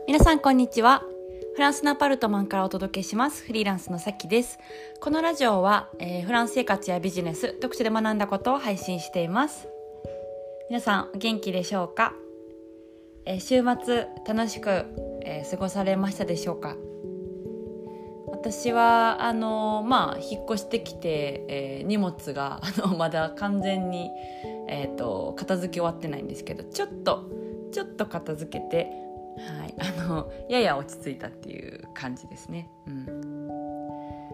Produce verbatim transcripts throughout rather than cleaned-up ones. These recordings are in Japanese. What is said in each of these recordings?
皆さんこんにちは。フランスのアパルトマンからお届けしますフリーランスのさきです。このラジオは、えー、フランス生活やビジネス、読書で学んだことを配信しています。皆さんお元気でしょうか？えー、週末楽しく、えー、過ごされましたでしょうか？私はあのー、まあ引っ越してきて、えー、荷物があのまだ完全に、えーと、片付け終わってないんですけど、ちょっとちょっと片付けて、はい、あのやや落ち着いたっていう感じですね。うん、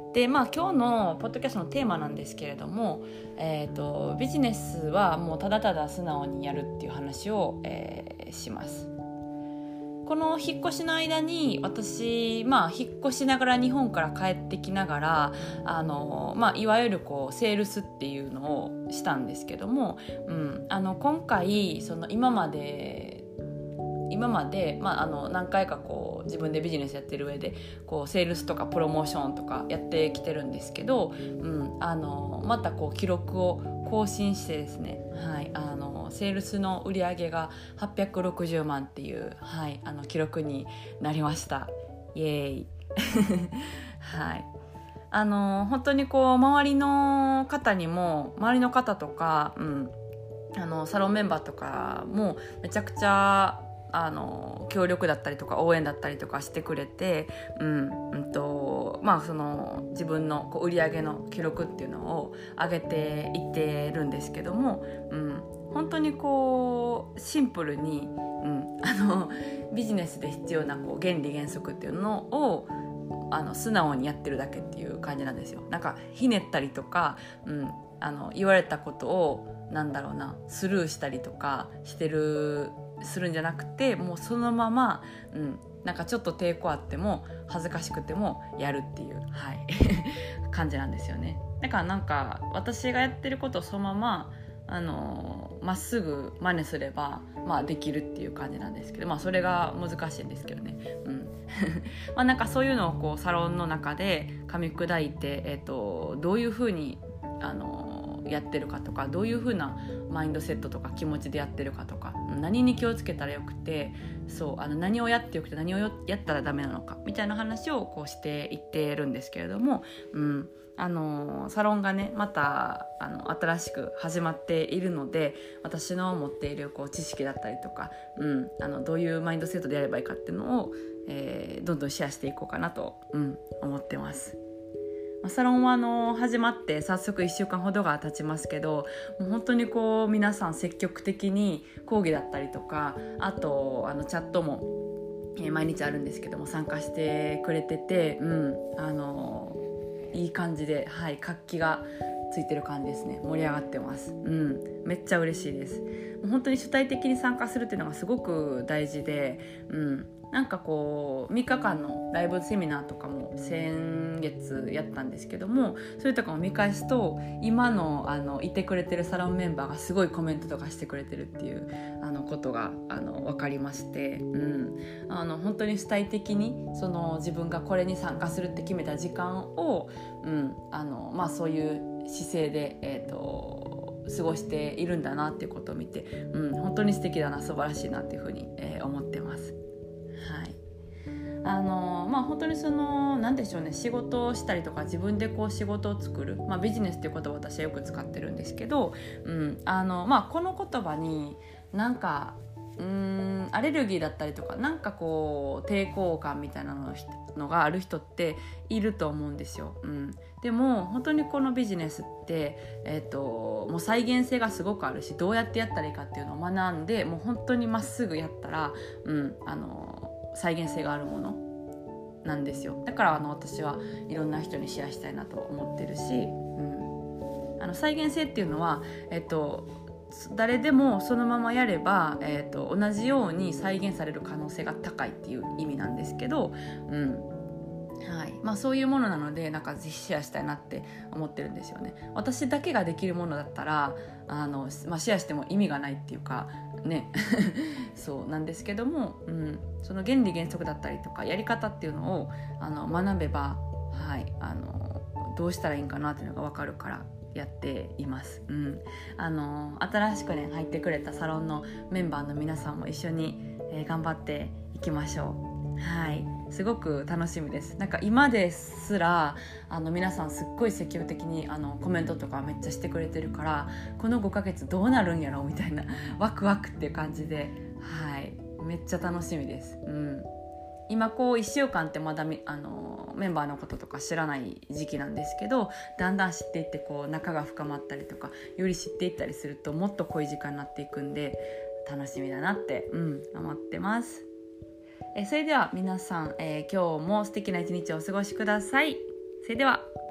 でまあ今日のポッドキャストのテーマなんですけれども、えーと、ビジネスはもうただただ素直にやるっていう話を、えー、します。この引っ越しの間に私、まあ、引っ越しながら日本から帰ってきながらあの、まあ、いわゆるこうセールスっていうのをしたんですけども、うん、あの今回その今まで今まで、まあ、あの何回かこう自分でビジネスやってる上でこうセールスとかプロモーションとかやってきてるんですけど、うん、あのまたこう記録を更新してですね、はい、あのセールスの売り上げがはっぴゃくろくじゅうまんっていう、はい、あの記録になりました。イエーイはい、あの本当にこう周りの方にも周りの方とか、うん、あのサロンメンバーとかもめちゃくちゃあの協力だったりとか応援だったりとかしてくれて、うんうんとまあ、その自分のこう売り上げの記録っていうのを上げていってるんですけども、うん、本当にこうシンプルに、うん、あのビジネスで必要なこう原理原則っていうのをあの素直にやってるだけっていう感じなんですよ。なんかひねったりとか、うん、あの言われたことをなんだろうなスルーしたりとかしてるするんじゃなくて、もうそのまま、うん、なんかちょっと抵抗あっても恥ずかしくてもやるっていう、はい、感じなんですよね。だからなんか私がやってることをそのままあのまっすぐ真似すれば、まあ、できるっていう感じなんですけど、まあ、それが難しいんですけどね、うんまあなんかそういうのをこうサロンの中で噛み砕いて、えーと、どういうふうにあのやってるかとか、どういう風なマインドセットとか気持ちでやってるかとか、何に気をつけたらよくて、そうあの何をやってよくて何をやったらダメなのかみたいな話をこうしていってるんですけれども、うん、あのサロンがねまたあの新しく始まっているので、私の持っているこう知識だったりとか、うん、あのどういうマインドセットでやればいいかっていうのを、えー、どんどんシェアしていこうかなと、うん、思ってます。サロンはあの始まって早速いっしゅうかんほどが経ちますけど、もう本当にこう皆さん積極的に講義だったりとか、あとあのチャットも、えー、毎日あるんですけども参加してくれてて、うん、あのいい感じで、はい、活気がついてる感じですね。盛り上がってます、うん、めっちゃ嬉しいです。もう本当に主体的に参加するっていうのがすごく大事で、うん、なんかこうみっかかんのライブセミナーとかも先月やったんですけども、それとかも見返すと今 の, あのいてくれてるサロンメンバーがすごいコメントとかしてくれてるっていうあのことがあの分かりまして、うん、あの本当に主体的にその自分がこれに参加するって決めた時間を、うんあのまあ、そういう姿勢で、えーと、過ごしているんだなっていうことを見て、うん、本当に素敵だな、素晴らしいなっていうふうに、えー、思ってます。はい、あのまあ本当にそのなんでしょうね、仕事をしたりとか自分でこう仕事を作る、まあ、ビジネスっていう言葉を私はよく使ってるんですけど、うんあのまあ、この言葉になんかうーんアレルギーだったりとか、なんかこう抵抗感みたいな の, のがある人っていると思うんですよ、うん、でも本当にこのビジネスって、えーと、もう再現性がすごくあるし、どうやってやったらいいかっていうのを学んで、もう本当にまっすぐやったら、うん、あの再現性があるものなんですよ。だからあの私はいろんな人にシェアしたいなと思ってるし、うん、あの再現性っていうのは、えっと、誰でもそのままやれば、えっと、同じように再現される可能性が高いっていう意味なんですけど、うんはいまあ、そういうものなので、なんかぜひシェアしたいなって思ってるんですよね。私だけができるものだったらあの、まあ、シェアしても意味がないっていうかねそうなんですけども、うん、その原理原則だったりとかやり方っていうのをあの学べば、はい、あのどうしたらいいんかなっていうのが分かるからやっています、うん、あの新しくね入ってくれたサロンのメンバーの皆さんも一緒に、えー、頑張っていきましょう。 はい、すごく楽しみです。なんか今ですらあの皆さんすっごい積極的にあのコメントとかめっちゃしてくれてるから、このごかげつどうなるんやろみたいなワクワクっていう感じで、はい、めっちゃ楽しみです。うん、今こういっしゅうかんってまだあのメンバーのこととか知らない時期なんですけど、だんだん知っていってこう仲が深まったりとかより知っていったりするともっと濃い時間になっていくんで楽しみだなって、うん、思ってます。えそれでは皆さん、えー、今日も素敵な一日をお過ごしください。それでは。